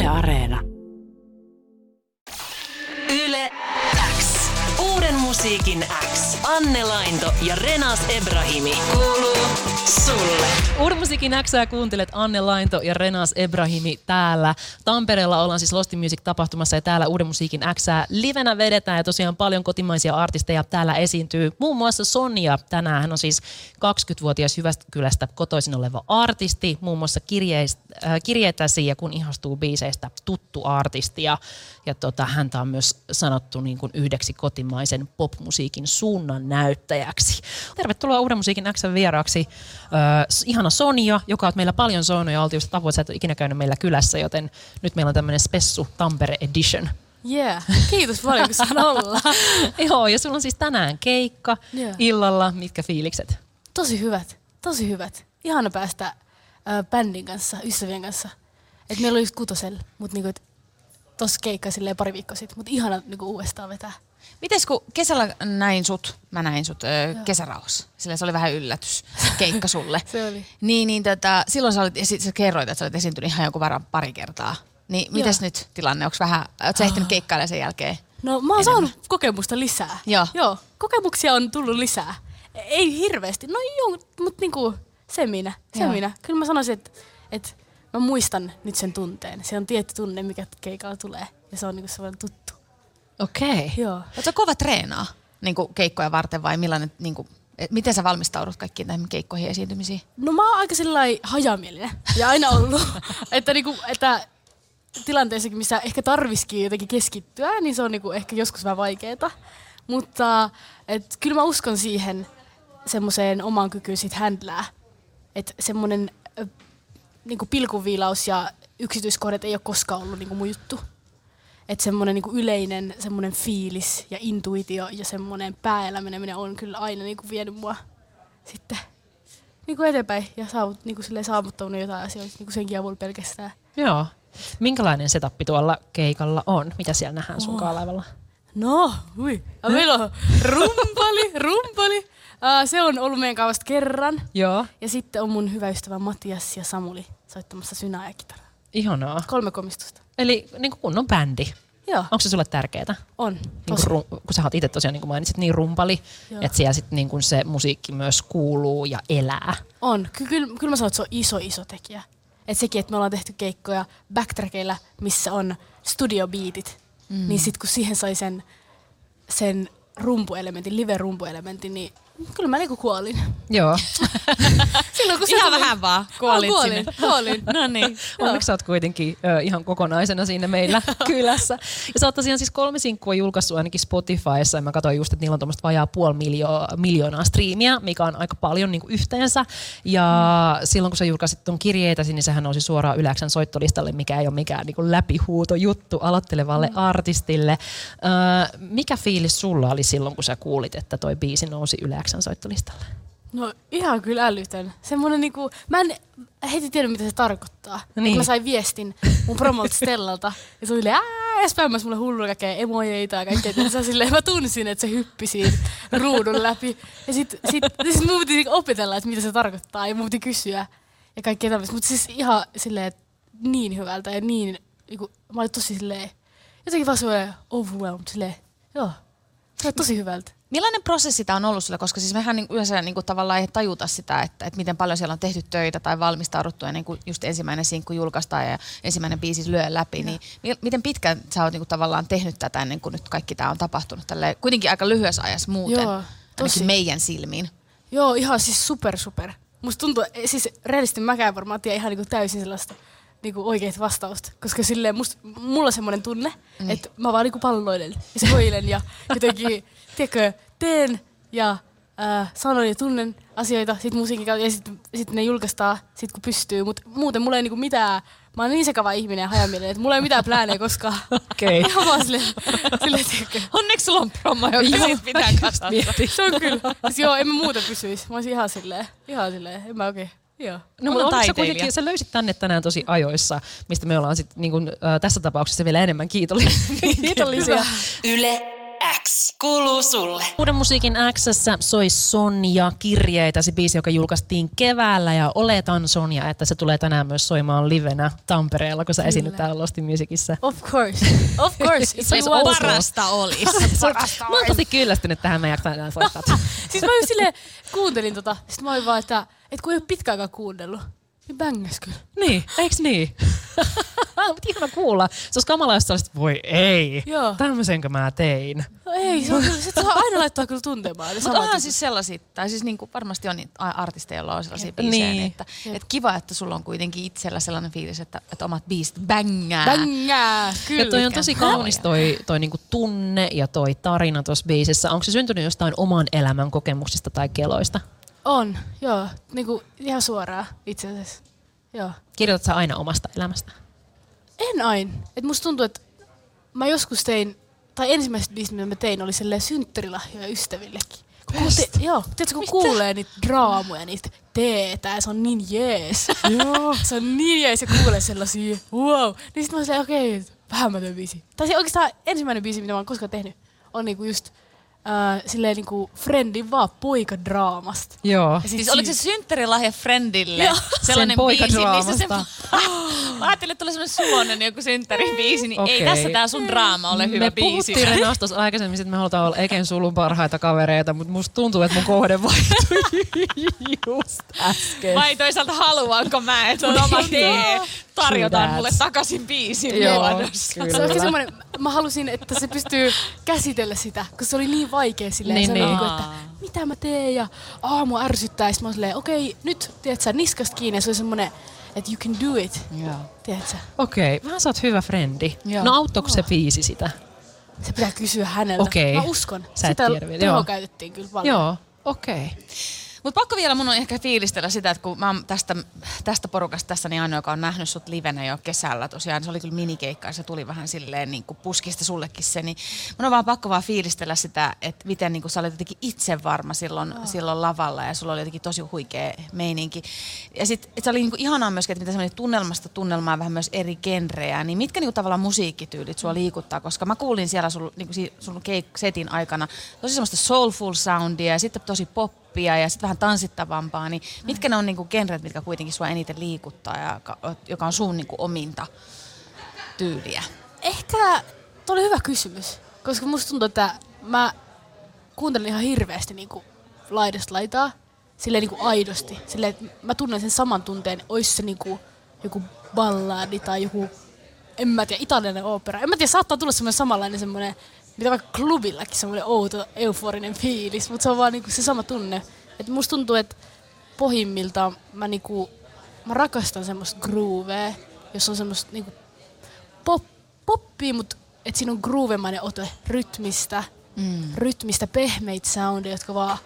Yle Areena. Yle X. Uuden musiikin X. Anne Lainto ja Renas Ebrahimi. Kuuluu sulle. Uuden musiikin X:ää kuuntelet Anne Lainto ja Renas Ebrahimi täällä. Tampereella ollaan siis Lost in Music-tapahtumassa ja täällä Uuden musiikin X:ää livenä vedetään ja tosiaan paljon kotimaisia artisteja täällä esiintyy. Muun muassa Sonja tänään, hän on siis 20-vuotias Jyväskylästä kotoisin oleva artisti. Muun muassa kirjeetäsi ja kun ihastuu biiseistä tuttu artisti ja häntä on myös sanottu niin kuin yhdeksi kotimaisen popmusiikin suunnan näyttäjäksi. Tervetuloa Uuden musiikin X:n vieraaksi. Ihana Sonja, joka on meillä paljon Sonjoja. Oltiin just tavoin, että sä et ole ikinä käynyt meillä kylässä, joten nyt meillä on tämmöinen Spessu Tampere Edition. Yeah, kiitos paljon kun saan olla. Joo, ja sulla on siis tänään keikka illalla. Mitkä fiilikset? Tosi hyvät. Ihana päästä bändin kanssa, ystävien kanssa. Et meillä oli just kutosella, mutta niinku, tossa keikka silleen pari viikkoa sitten, mutta ihana niinku uudestaan vetää. Mites kun kesällä mä näin sut kesärauhassa, sillä se oli vähän yllätys, keikka sulle. Se oli. Silloin sä kerroit, että sä olet esiintynyt ihan joku verran pari kertaa. Niin mites nyt tilanne, ootko sä ehtinyt keikkailemaan sen jälkeen? No mä oon saanut kokemusta lisää. Joo, kokemuksia on tullut lisää. Ei hirveästi, no joo, mutta niinku se minä. Kyllä mä sanoisin, että mä muistan nyt sen tunteen. Se on tietty tunne, mikä keikalla tulee ja se on niinku sellainen tuttu. Okei. Joo. Ootko kova treenaa niinku keikkoja varten vai millainen, niinku, miten sä valmistaudut kaikkiin näihin keikkoihin ja esiintymisiin? No mä oon aika sellainen hajamielinen ja aina ollut, että tilanteessakin, missä ehkä tarvisikin jotenkin keskittyä, niin se on niinku ehkä joskus vähän vaikeeta. Mutta kyllä mä uskon siihen semmoiseen omaan kykyyn sit handlää. Että semmoinen niinku pilkunviilaus ja yksityiskohdat ei ole koskaan ollut niinku mun juttu. Että semmoinen niinku yleinen semmoinen fiilis ja intuitio ja semmoinen pääeläminen on kyllä aina niinku vienyt mua sitten niinku eteenpäin ja niinku saavuttanut jotain asioita niinku senkin avulla pelkästään. Joo. Minkälainen setappi tuolla keikalla on? Mitä siellä nähdään sun kaalaivalla? No, meillä on rumpali. Se on ollut meidän kaavasta kerran. Joo. Ja sitten on mun hyvä ystävä Matias ja Samuli soittamassa synää ja kitaraa. Ihanaa. 3 komistusta. Eli niin kuin kunnon bändi. Joo. Onko se sulle tärkeetä? On. Kun sä oot itse tosiaan, niin kuin mainitsit, niin rumpali, että siellä sit niin kuin se musiikki myös kuuluu ja elää. On. Kyllä mä sanon, että se on iso tekijä. Että sekin, että me ollaan tehty keikkoja backtrackeilla, missä on studiobeatit, niin sit kun siihen sai sen rumpuelementin, live-rumpuelementin, niin kyllä mä niinku kuolin. Joo. Silloin, kun ihan vähän vaan kuolin. No niin. Onneksi sä oot kuitenkin ihan kokonaisena siinä meillä kylässä. Ja sä oot tosiaan siis 3 sinkkua julkaissut ainakin Spotifyssa. Ja mä katsoin just, että niillä on tuommoista vajaa 500 miljoonaa striimiä, mikä on aika paljon niin kuin yhteensä. Ja silloin kun sä julkaisit ton kirjeetäsi, niin sehän nousi suoraan Yle X:n soittolistalle, mikä ei ole mikään niin kuin läpihuuto juttu aloittelevalle artistille. Mikä fiilis sulla oli silloin, kun sä kuulit, että toi biisi nousi Yle X:n soittolistalle? No ihan kyllä älytön. Semmonen niinku, mä en heti tiedä mitä se tarkoittaa. Niin. Mä sain viestin mun promolta Stellalta ja se oli silleen ja spämmäs mulle hullua kaikkea emojeita ja kaikkea. Silleen, mä tunsin, että se hyppi siinä ruudun läpi. Ja sit mun piti opetella, että mitä se tarkoittaa ja mun piti kysyä ja kaikkea tämmöistä. Mutta siis ihan silleen niin hyvältä ja niin, niinku, mä olin tosi silleen, jotenkin vaan semmoinen overwhelmed silleen, joo, se on tosi hyvältä. Millainen prosessi tämä on ollut sulle, koska siis mehän yleensä tavallaan ei tajuta sitä, että miten paljon siellä on tehty töitä tai valmistauduttu ennen kuin just ensimmäinen sinkku julkaistaan ja ensimmäinen biisi lyö läpi, niin miten pitkään sä oot tavallaan tehnyt tätä ennen kuin nyt kaikki tämä on tapahtunut tälleen kuitenkin aika lyhyessä ajassa muuten, Joo, tosi. meidän silmiin? Joo, ihan siis super. Musta tuntuu, siis realisti mäkään varmaan tiedä ihan niinku täysin sellaista niinku oikeita vastausta, koska silleen mulla on semmoinen tunne, että mä vaan niinku palloilen ja sekoilen ja jotenkin, tiedätkö, teen ja sanon ja tunnen asioita sit musiikin kautta ja sit ne julkaistaan sit kun pystyy, mut muuten mulla ei niinku mitään, mä oon niin sekava ihminen ja hajamielinen, että mulla ei mitään plääneä koskaan. Okei. Okay. Ihan vaan silleen tiedätkö. Onneksi sulla on promo, joka sit pitää kastaa. Se on kyllä. Siis joo, en mä muuten pysyisi. Mä oisin ihan silleen, en mä oikein. Joo. No, mutta sä löysit tänne tänään tosi ajoissa, mistä me ollaan sit, niin kun, tässä tapauksessa vielä enemmän kiitollisia. Yle X kuuluu sulle. Uuden musiikin X:ssä soi Sonja Kirjeitä, se biisi, joka julkaistiin keväällä, ja oletan, Sonja, että se tulee tänään myös soimaan livenä Tampereella, kun sä esiinnyt täällä Lost in Musicissa. Of course. Se olisi parasta olisi. Mä oon tosi kyllästynyt tähän, mä en jaksa enää soittaa. Siis mä just silleen kuuntelin sit mä olin vaan, että kun ei ole pitkään aikaa kuunnellut, niin bängäs kyllä. Niin, eiks niin? Mut ihana kuulla. Se olisi kamalaa, jos sä olisit, voi ei, Joo. tämmösenkö mä tein. No ei, se on kyllä, sit saa aina laittaa kyllä tuntemaan. Mutta onhan siis sellaisia, tai siis niinku varmasti on artisteja, joilla on sellaisia biisejä, Niin. että kiva, että sulla on kuitenkin itsellä sellainen fiilis, että omat biisit bängää. Bängää, kyllä. Ja toi on tosi kaunis toi niinku tunne ja toi tarina tuossa biisissä. Onko se syntynyt jostain oman elämän kokemuksista tai keloista? On, joo. Niinku ihan suoraan itse asiassa. Joo. Kirjoitat sä aina omasta elämästä? En aina. Et musta tuntuu, että mä joskus tein, tai ensimmäiset biisit, mitä mä tein, oli silleen synttärilahjoja ystävillekin. Joo, tiedätkö, kun kuulee niitä draamoja, niistä teetä, se on niin jees. Joo. Se on niin jees ja kuulee sellaisia, wow. Niin sit mä oon silleen, okei, vähämätön biisi. Tai se oikeastaan ensimmäinen biisi, mitä mä oon koskaan tehnyt, on niinku just silleen niinku friendin vaan poikadraamasta. Joo. Siis oliko se synttärilahja friendille? Joo. Sellainen Sen biisi, missä se... poikadraamasta. Mä ajattelin, että tulee sellainen sulonen joku synttäribiisi, niin ei Okei. tässä tää sun draama ole hyvä Me biisi. puhuttiin Renas tuossa aikaisemmin, että me halutaan olla Eken sulun parhaita kavereita, mutta musta tuntuu, että mun kohde vaihtui just äsken. Vai toisaalta haluanko mä, että mun oma tee tarjotaan mulle takaisin biisin Joo, muodossa. kyllä. Se on ehkä semmoinen, mä halusin, että se pystyy käsitellä sitä, koska se oli niin vaikea silleen. Niin, se oli niin. niinku, että mitä mä teen ja mua ärsyttää. Ja sit mä oon silleen, okei, nyt tiedät sä niskasta kiinni ja se oli semmoinen, että you can do it. Joo. Tiedät sä? Okei, vähän sä oot hyvä frendi. Joo. No auttoiko se biisi sitä? Se pitää kysyä häneltä. Okei. Mä uskon. Sä et Sitä tiedä vielä, tehoa joo. käytettiin kyllä paljon. Joo, okei. Mutta pakko vielä mun on ehkä fiilistellä sitä, että kun mä oon tästä porukasta tässä niin ainoa, joka on nähnyt sut livenä jo kesällä tosiaan, se oli kyllä minikeikka ja se tuli vähän silleen niin kuin puskista sullekin se, niin mun on vaan pakko vaan fiilistellä sitä, että miten niin kuin sä olet jotenkin itsevarma silloin lavalla ja sulla oli jotenkin tosi huikea meininki. Ja sit se oli niin kuin ihanaa myöskin, että miten sä menit tunnelmasta tunnelmaan vähän myös eri genrejä, niin mitkä niin kuin tavallaan musiikkityylit sua liikuttaa, koska mä kuulin siellä sun setin aikana tosi semmoista soulful soundia ja sitten tosi poppia ja sitten vähän tanssittavampaa, niin mitkä ne on niinku genret, mitkä kuitenkin sua eniten liikuttaa ja joka on sun niinku ominta tyyliä? Ehkä, toi oli hyvä kysymys, koska musta tuntuu, että mä kuuntelen ihan hirveästi niinku laidasta laitaa, silleen niinku aidosti. Silleen, että mä tunnen sen saman tunteen, ois se niinku joku balladi tai joku, en mä tiedä, italialainen opera. En mä tiedä, saattaa tulla semmoinen samanlainen semmoinen, mitä vaikka klubillakin semmoinen outo, euforinen fiilis, mutta se on vaan niinku se sama tunne. Et musta tuntuu, että pohjimmiltaan mä rakastan semmoista groovea, jos on semmoista niinku poppia, mutta et siinä on groovemainen ote rytmistä, pehmeitä soundeja, jotka vaan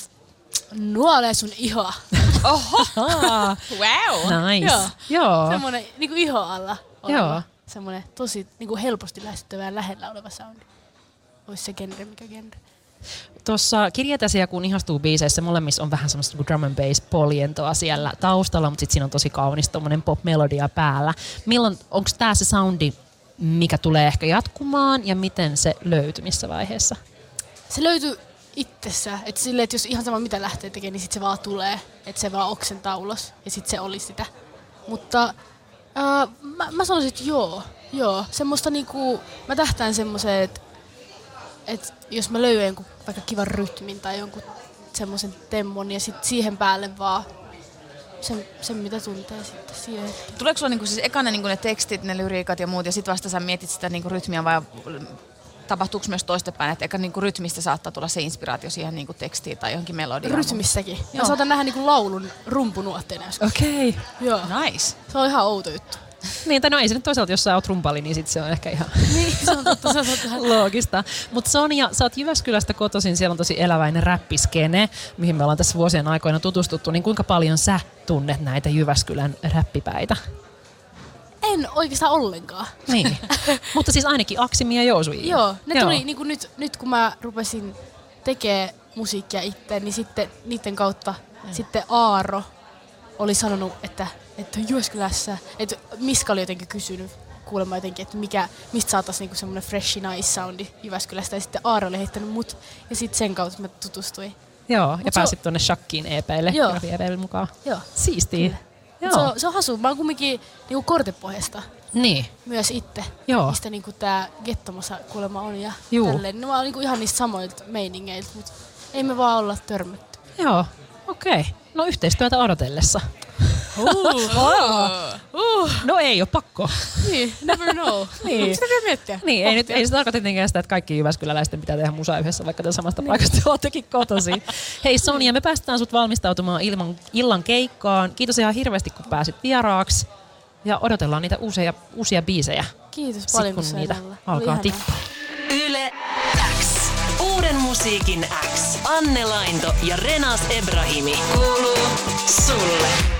nuolee sun ihoa. Oho! Wow! Nice. Joo. Joo. Semmoinen niinku iho alla oleva, Joo. semmoinen tosi niinku helposti lähestyttävä ja lähellä oleva soundi. Ois se genre, mikä genre. Tuossa Kirjetäsiä, kun ihastuu biiseissä, molemmissa on vähän semmoista drum and bass poljentoa siellä taustalla, mutta sitten siinä on tosi kaunis tommonen pop-melodia päällä. Onko tää se soundi, mikä tulee ehkä jatkumaan ja miten se löytyi missä vaiheessa? Se löytyy itsessä, että silleen, että jos ihan sama mitä lähtee tekemään, niin sit se vaan tulee, että se vaan oksentaa ulos ja sit se oli sitä. Mutta mä sanoisin, että joo. Semmoista niinku, mä tähtään semmoiseen, että jos mä löydän jonkun vaikka kivan rytmin tai jonkun semmoisen temmon ja sit siihen päälle vaan sen mitä tuntee sitten siihen. Tuleeko sulla niinku siis ekana niinku ne tekstit, ne lyriikat ja muut ja sit vasta sä mietit sitä niinku rytmiä vai tapahtuuko myös toistepäin, että eka niinku rytmistä saattaa tulla se inspiraatio siihen niinku tekstiin tai johonkin melodiaan? Rytmissäkin. Mä saatan nähdä niinku laulun rumpunuotteena joskus. Okei. Joo. Nice. Se on ihan outo juttu. Niin, tai no ei se nyt toisaalta, jos sä oot rumpali, niin sit se on ehkä ihan Niin, se on totta. Se on totta. loogista. Mutta Sonja, sä oot Jyväskylästä kotoisin, siellä on tosi eläväinen räppiskene, mihin me ollaan tässä vuosien aikoina tutustuttu. Niin kuinka paljon sä tunnet näitä Jyväskylän räppipäitä? En oikeastaan ollenkaan. Niin. Mutta siis ainakin Aksimi ja Joosuji. Joo, ne tuli niinku nyt kun mä rupesin tekemään musiikkia itse, niin sitten niiden kautta sitten Aaro oli sanonut, että Jyväskylässä, että Miska oli jotenkin kysynyt, kuulemaan jotenkin, että mistä saataisiin niinku semmoinen fresh nice soundi Jyväskylästä. Ja sitten Aaro oli heittänyt mut ja sitten sen kautta mä tutustuin. Joo, ja pääsit tuonne Shakkiin EP:lle, EP:lle mukaan. Joo. Siistii. Se on hasu. Mä oon kumminkin niinku Kortepohjasta. Niin. Myös itse. Joo. Mistä niinku tää Gettomassa kuulemma on ja Juu. tälleen. No, mä oon niinku ihan niistä samoilta meiningeiltä, mutta ei me vaan olla törmätty. Joo, okei. No yhteistyötä odotellessa. No ei oo pakko. Niin, never know. Niin. Sitä voi miettiä. Niin, ei se tarkoita tietenkään sitä, että kaikki jyväskyläläisten pitää tehdä musaa yhdessä, vaikka te samasta paikasta olettekin kotoisin. Hei Sonja, me päästään sut valmistautumaan illan keikkaan. Kiitos ihan hirveästi, kun pääsit vieraaksi. Ja odotellaan niitä uusia biisejä. Kiitos paljon, kun niitä alkaa tippaa. Yle X. Uuden musiikin X. Anne Lainto ja Renas Ebrahimi. Kuuluu sulle.